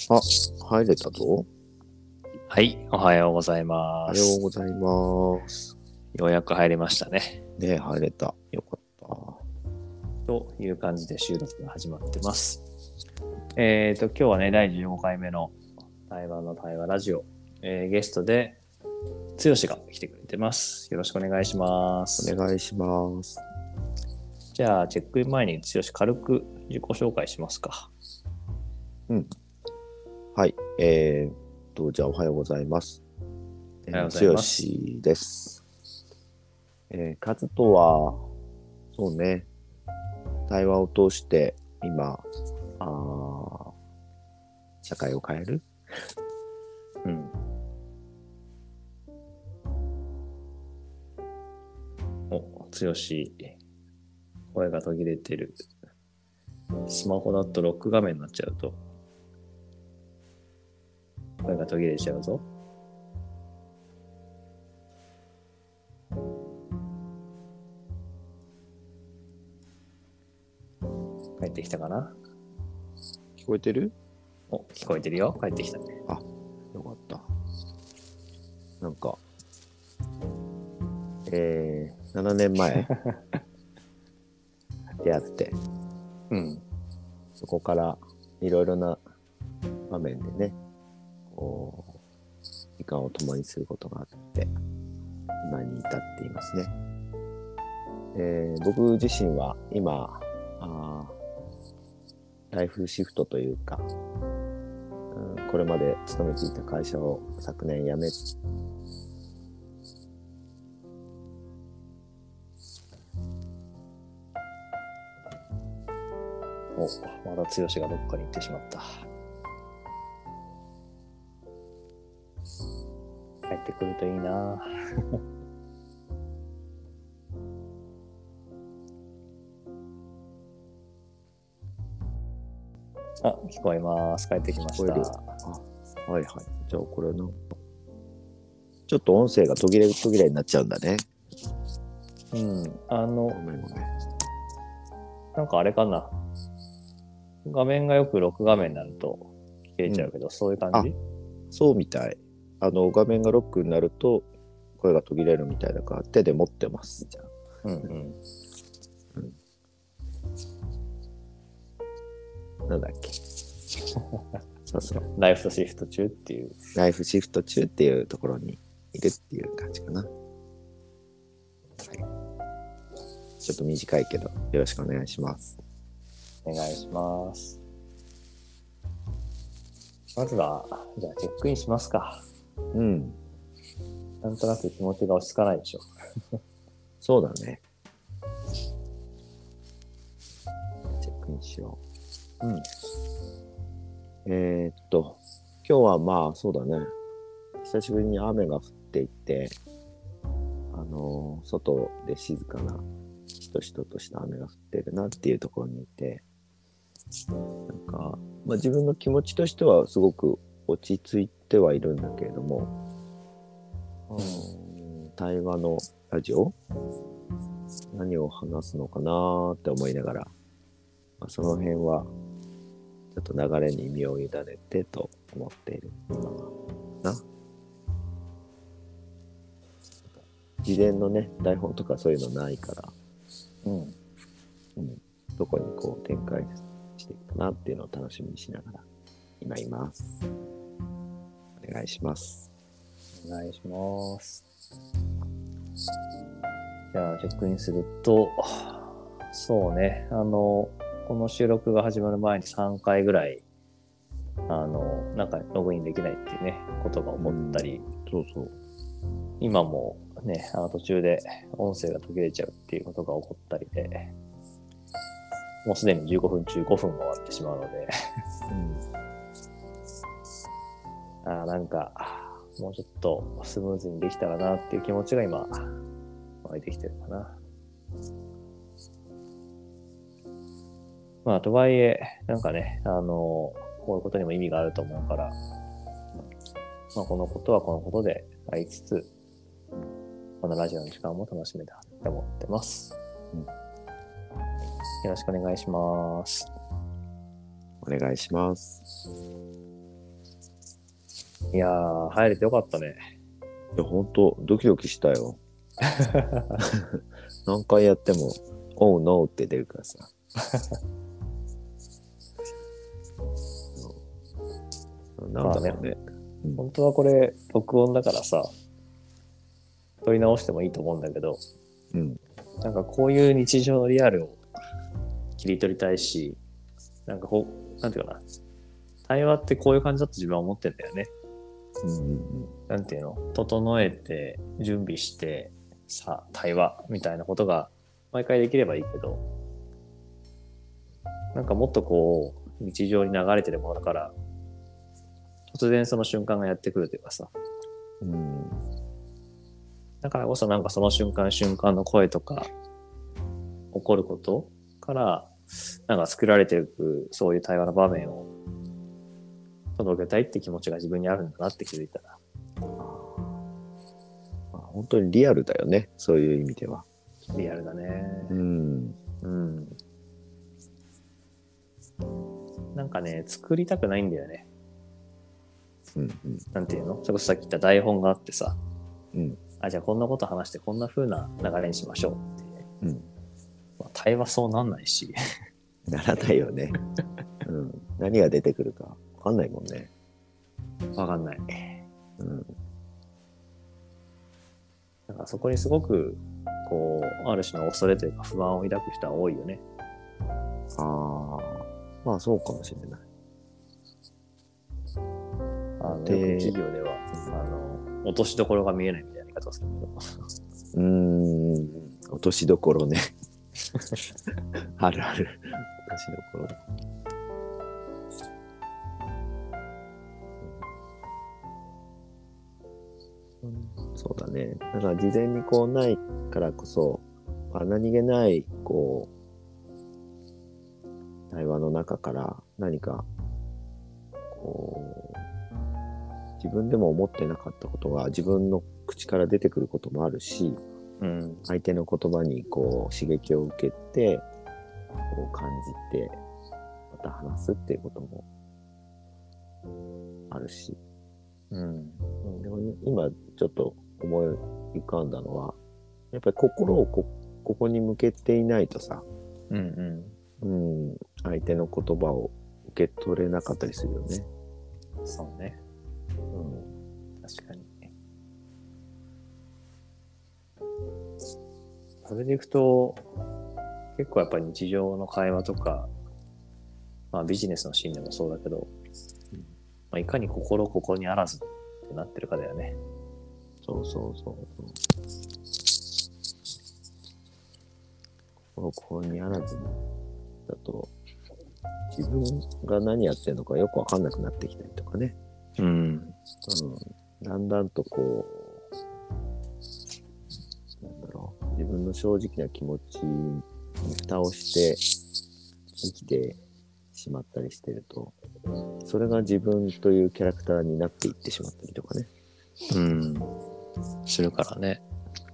あ、入れたぞ。 はい、おはようございおまはようす。 ございます。 ようやく入りましたね。 ねえ、入れた。よかった。 という感じで収録が始まってます。今日はね、第15回目の台湾の対話ラジオ、ゲストで、剛が来てくれてます。よろしくお願いしまおす。 願いします。 じゃあ、チェックイン前に剛軽く自己紹介しますか。 はい。じゃあおはようございます。 おはようござい剛ます。 です。活動は、そうね、対話を通して今、社会を変える。 うん。お、剛、声が途切れてる。スマホだとロック画面になっちゃうと、声が途切れちゃうぞ。帰ってきたかな？ 聞こえてる？ お、聞こえてるよ。帰ってきたね。 あ、よかった。なんか、7年前出会って、 うん。 そこからいろいろな場面でね、こう時間を共にすることがあって、今に至っていますね。僕自身は今ライフシフトというか、これまで勤めていた会社を昨年辞めお、まだ剛がどっかに行ってしまった。帰ってくるといいな。あ、聞こえます。帰ってきました。 はいはい。じゃあこれのちょっと音声が途切れになっちゃうんだね。 うん。 ごめん。 なんかあれかな。画面がよく録画面になると消えちゃうけど、そういう感じ？ そうみたい。画面がロックになると声が途切れるみたいだから手で持ってます。じゃあ。なんだっけ。そう。 ライフシフト中っていう。 ライフシフト中っていうところにいるっていう感じかな。はい、ちょっと短いけどよろしくお願いします。 お願いします。まずは、じゃあチェックインしますか。 うん。 なんとなく気持ちが落ち着かないでしょ。 そうだね。チェックインしよう。今日はまあそうだね。久しぶりに雨が降っていて、外で静かなしとしととした雨が降ってるなっていうところにいて、なんか、まあ、自分の気持ちとしてはすごく落ち着いてはいるんだけれども、対話のラジオ何を話すのかなって思いながら、まあ、その辺はちょっと流れに身を委ねてと思っている今な。事前のね台本とかそういうのないから、どこにこう展開していくかなっていうのを楽しみにしながら今います。お願いします。 お願いします。じゃあチェックインすると、そうね、この収録が始まる前に3回ぐらいなんかログインできないっていうねことが起こったり、 そう今もね途中で音声が途切れちゃうっていうことが起こったりで、もうすでに15分中5分が終わってしまうのでなんかもうちょっとスムーズにできたらなっていう気持ちが今湧いてきてるかな。まあとはいえなんかねこういうことにも意味があると思うから、まあ、このことはこのことでありつつ、このラジオの時間も楽しめたって思ってます。よろしくお願いします。 お願いします。 いやー、入れてよかったね。 いや、ほんと、ドキドキしたよ。何回やっても、Oh no って出るからさ。なんだろうね。 本当はこれ、録音だからさ、撮り直してもいいと思うんだけど、 うん。 なんかこういう日常のリアルを切り取りたいし、なんかなんていうかな、対話ってこういう感じだと自分は思ってんだよね。なんていうの、整えて、準備して、さあ、対話みたいなことが毎回できればいいけど、なんかもっとこう、日常に流れてるものだから、突然その瞬間がやってくるというかさ、だからこそなんかその瞬間瞬間の声とか、起こることから、なんか作られていくそういう対話の場面を届けたいって気持ちが自分にあるんだなって気づいたら。 本当にリアルだよね。そういう意味では。 リアルだね。なんかね、作りたくないんだよね。なんていうの？それこそさっき言った台本があってさ、じゃあこんなこと話してこんな風な流れにしましょうって。対話そうなんないし。 ならないよね。何が出てくるかわかんないもんね。 わかんない。なんかそこにすごく、こう、ある種の恐れというか不安を抱く人は多いよね。 まあそうかもしれない。 よく企業では、落としどころが見えないみたいな言い方をするけど。落としどころね。あるある。落としどころ。そうだね。だから事前にこうないからこそ、何気ないこう対話の中から何かこう自分でも思ってなかったことが自分の口から出てくることもあるし、相手の言葉にこう刺激を受けてこう感じてまた話すっていうこともあるし、でも今ちょっと思い浮かんだのはやっぱり心をここに向けていないとさ、相手の言葉を受け取れなかったりするよね。 そうね。確かに。それでいくと、結構やっぱり日常の会話とか、ビジネスのシーンでもそうだけど、いかに心ここにあらずってなってるかだよね。 そう。ここにあらずだと、自分が何やってるのかよくわかんなくなってきたりとかね。だんだんとこう、自分の正直な気持ちに蓋をして生きてしまったりしてると、それが自分というキャラクターになっていってしまったりとかね。 するからね。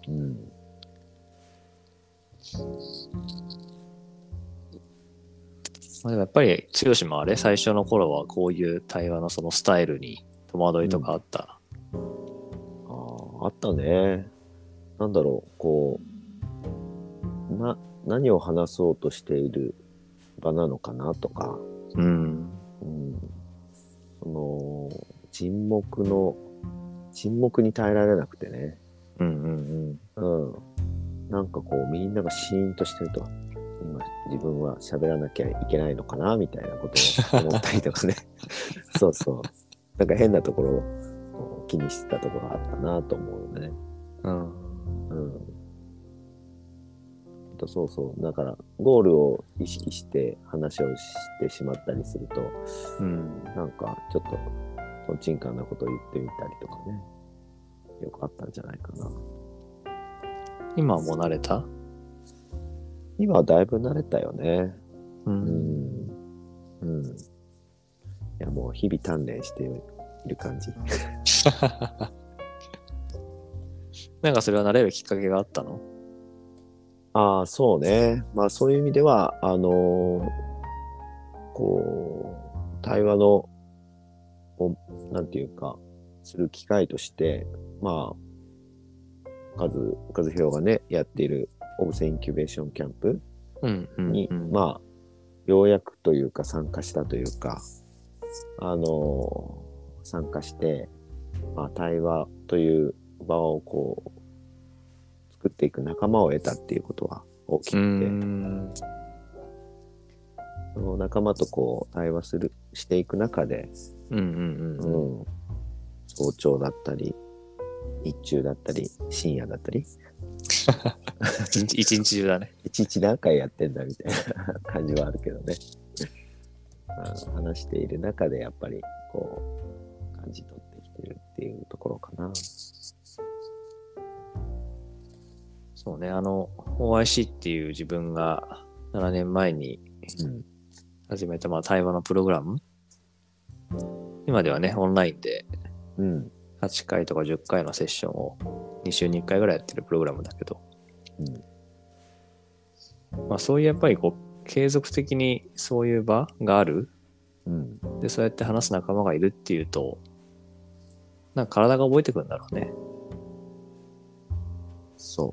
でもやっぱり剛も最初の頃はこういう対話のそのスタイルに戸惑いとかあった？ あったね。こう何を話そうとしている場なのかなとか、その沈黙に耐えられなくてね。なんかこうみんながシーンとしてると、今自分は喋らなきゃいけないのかなみたいなことを思ったりとかね。そう。なんか変なところを気にしてたところがあったなと思うよね。そう。だからゴールを意識して話をしてしまったりすると、なんかちょっととんちんかんなことを言ってみたりとかね。よくあったんじゃないかな。 今はもう慣れた？ 今はだいぶ慣れたよね。いやもう日々鍛錬している感じ。 なんかそれは慣れるきっかけがあったの？ そうね。そういう意味ではこう対話のなんていうかする機会として、まあ、和弘がね、やっているオブセインキュベーションキャンプに、まあ、ようやくというか参加したというか、参加して、まあ、対話という場をこう、作っていく仲間を得たっていうことは大きくて、その仲間とこう対話していく中で、早朝だったり、日中だったり、深夜だったり。 一日中だね。 一日何回やってんだみたいな感じはあるけどね。話している中でやっぱりこう、感じ取ってきてるっていうところかな。 そうね、OIC っていう自分が7年前に始めた、まあ、対話のプログラム。今ではね、オンラインで8回とか10回のセッションを2週に1回ぐらいやってるプログラムだけど、まあそういうやっぱりこう、継続的にそういう場がある。で、そうやって話す仲間がいるっていうと、なんか体が覚えてくるんだろうね。 そう。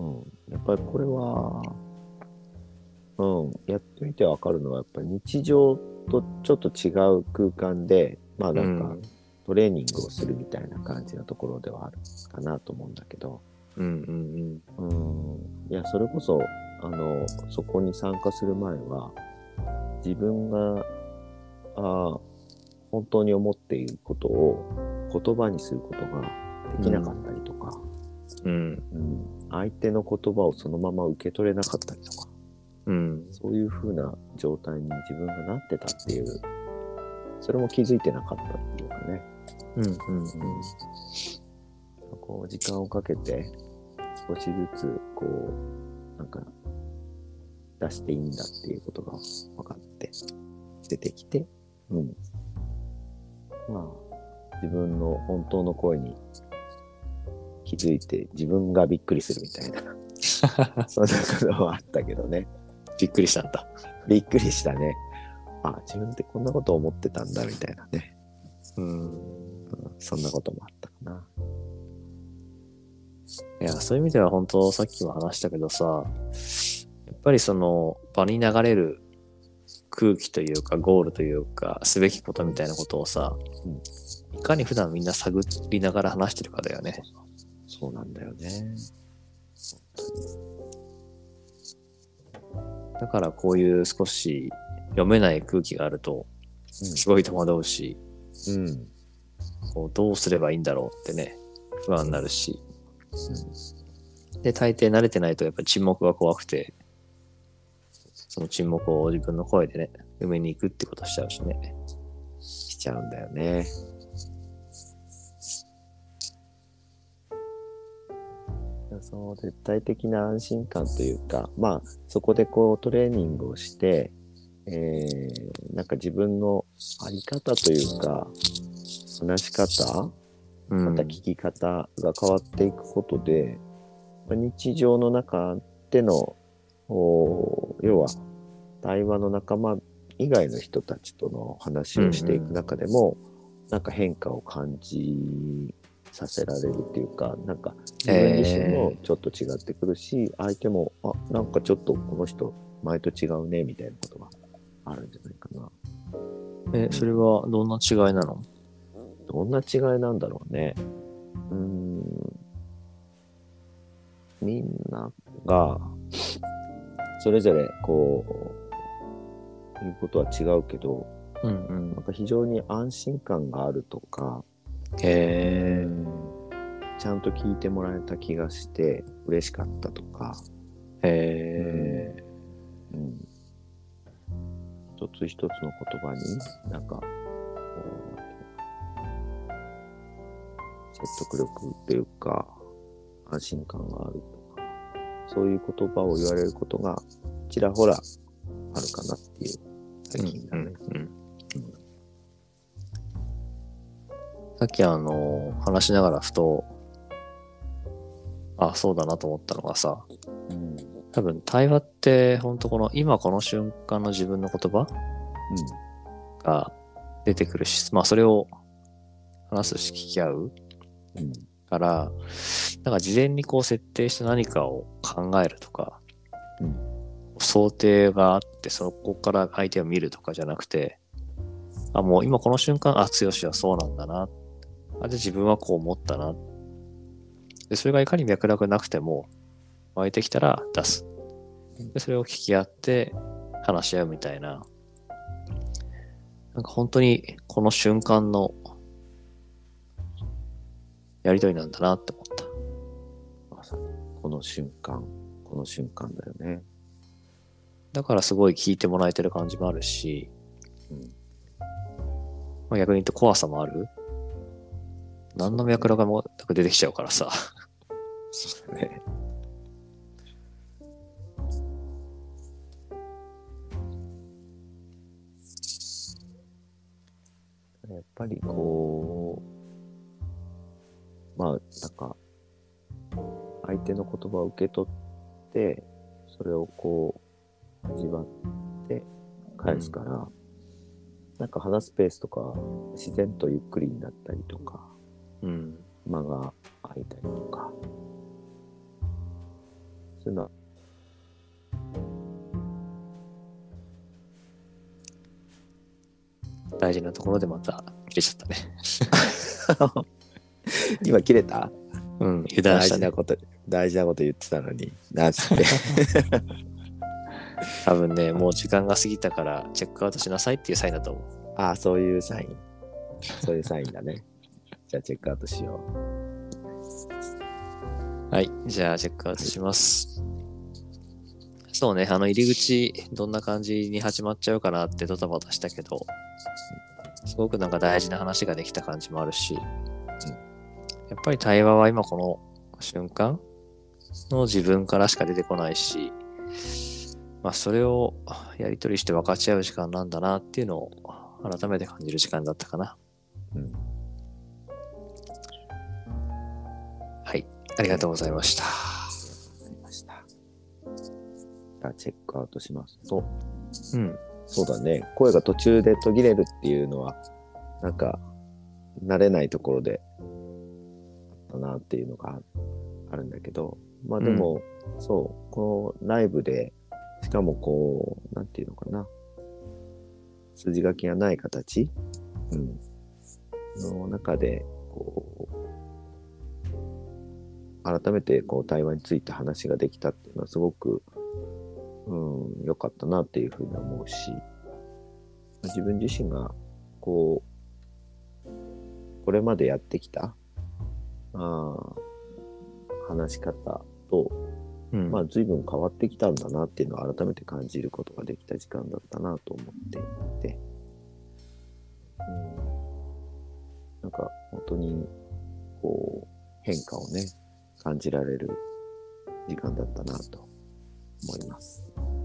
やっぱりこれは、やってみてわかるのは、やっぱり日常とちょっと違う空間で、まあなんかトレーニングをするみたいな感じのところではあるかなと思うんだけど、いや、それこそ、そこに参加する前は、自分が、本当に思っていることを言葉にすることができなかったりとか、相手の言葉をそのまま受け取れなかったりとか、そういう風な状態に自分がなってたっていう、それも気づいてなかったっていうかね。こう時間をかけて少しずつこうなんか出していいんだっていうことが分かって出てきて、まあ自分の本当の声に気づいて自分がびっくりするみたいなそんなことはあったけどね。 びっくりしたんだ。 びっくりしたね。自分ってこんなこと思ってたんだみたいなね。そんなこともあったかな。 いや、そういう意味では本当さっきも話したけどさ、やっぱりその場に流れる空気というかゴールというかすべきことみたいなことをさ、いかに普段みんな探りながら話してるかだよね。 そうなんだよね。 だからこういう少し読めない空気があるとすごい戸惑うし、こうどうすればいいんだろうってね、不安になるし、で大抵慣れてないとやっぱり沈黙が怖くて、その沈黙を自分の声でね埋めに行くってことしちゃうしね。 しちゃうんだよね。その絶対的な安心感というか、まあそこでこうトレーニングをして、なんか自分のあり方というか話し方、また聞き方が変わっていくことで、日常の中での要は対話の仲間以外の人たちとの話をしていく中でも、なんか変化を感じさせられるっていうか、なんか自分自身もちょっと違ってくるし、相手もなんかちょっとこの人前と違うねみたいなことがあるんじゃないかな。 それはどんな違いなの？ どんな違いなんだろうね。みんながそれぞれこういうことは違うけど、なんか非常に安心感があるとか、ちゃんと聞いてもらえた気がして嬉しかったとか、一つ一つの言葉になんか説得力というか安心感があるとか、そういう言葉を言われることがちらほらあるかなっていう最近だね。 さっき話しながらふとそうだなと思ったのがさ、多分対話って本当この今この瞬間の自分の言葉が出てくるし、まあそれを話すし聞き合ううんから、なんか事前にこう設定して何かを考えるとか、想定があってそこから相手を見るとかじゃなくて、あ、もう今この瞬間、あ、剛はそうなんだな。あ、で自分はこう思ったな。で、それがいかに脈絡なくても湧いてきたら出す。で、それを聞き合って話し合うみたいな。なんか本当にこの瞬間のやりとりなんだなって思った。 まさにこの瞬間だよね。 だからすごい聞いてもらえてる感じもあるし、まあ、逆に言って怖さもある。何の脈絡もなく出てきちゃうからさ。 そうだね。やっぱりこう、まあ、なんか、相手の言葉を受け取って、それをこう、味わって返すから、なんか話すスペースとか、自然とゆっくりになったりとか、間が空いたりとか、そういうのは、 大事なところでまた切れちゃったね。 今切れた？ 油断したね。 大事なこと言ってたのに、なんつって。 多分ね、もう時間が過ぎたからチェックアウトしなさいっていうサインだと思う。 ああ、そういうサイン。そういうサインだね。じゃあチェックアウトしよう。はい。じゃあチェックアウトします。そうね、入り口どんな感じに始まっちゃうかなってドタバタしたけど、すごくなんか大事な話ができた感じもあるし、やっぱり対話は今この瞬間の自分からしか出てこないし、まあそれをやり取りして分かち合う時間なんだなっていうのを改めて感じる時間だったかな。はい、ありがとうございました。 じゃあチェックアウトしますと、 そうだね、声が途中で途切れるっていうのはなんか慣れないところであったなっていうのがあるんだけど、まあでも、そうこの内部でしかもこうなんていうのかな、筋書きがない形、の中でこう改めてこう対話について話ができたっていうのはすごく良かったなっていうふうに思うし、自分自身がこれまでやってきた話し方と、まあ随分変わってきたんだなっていうのを改めて感じることができた時間だったなと思っていて、なんか本当にこう変化をね感じられる時間だったなと思います。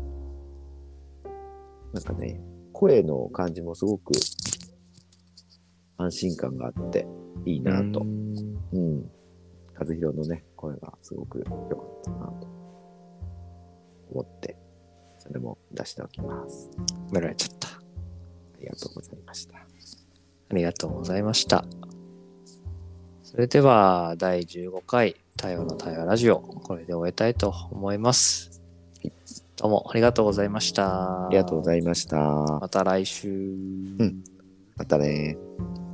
なんかね、声の感じもすごく安心感があっていいなと。和弘のね、声がすごく良かったなと思って、それも出しておきます。 褒められちゃった。 ありがとうございました。 ありがとうございました。それでは、第15回、多様な対話ラジオ、これで終えたいと思います。どうもありがとうございました。 ありがとうございました。 また来週。 またね。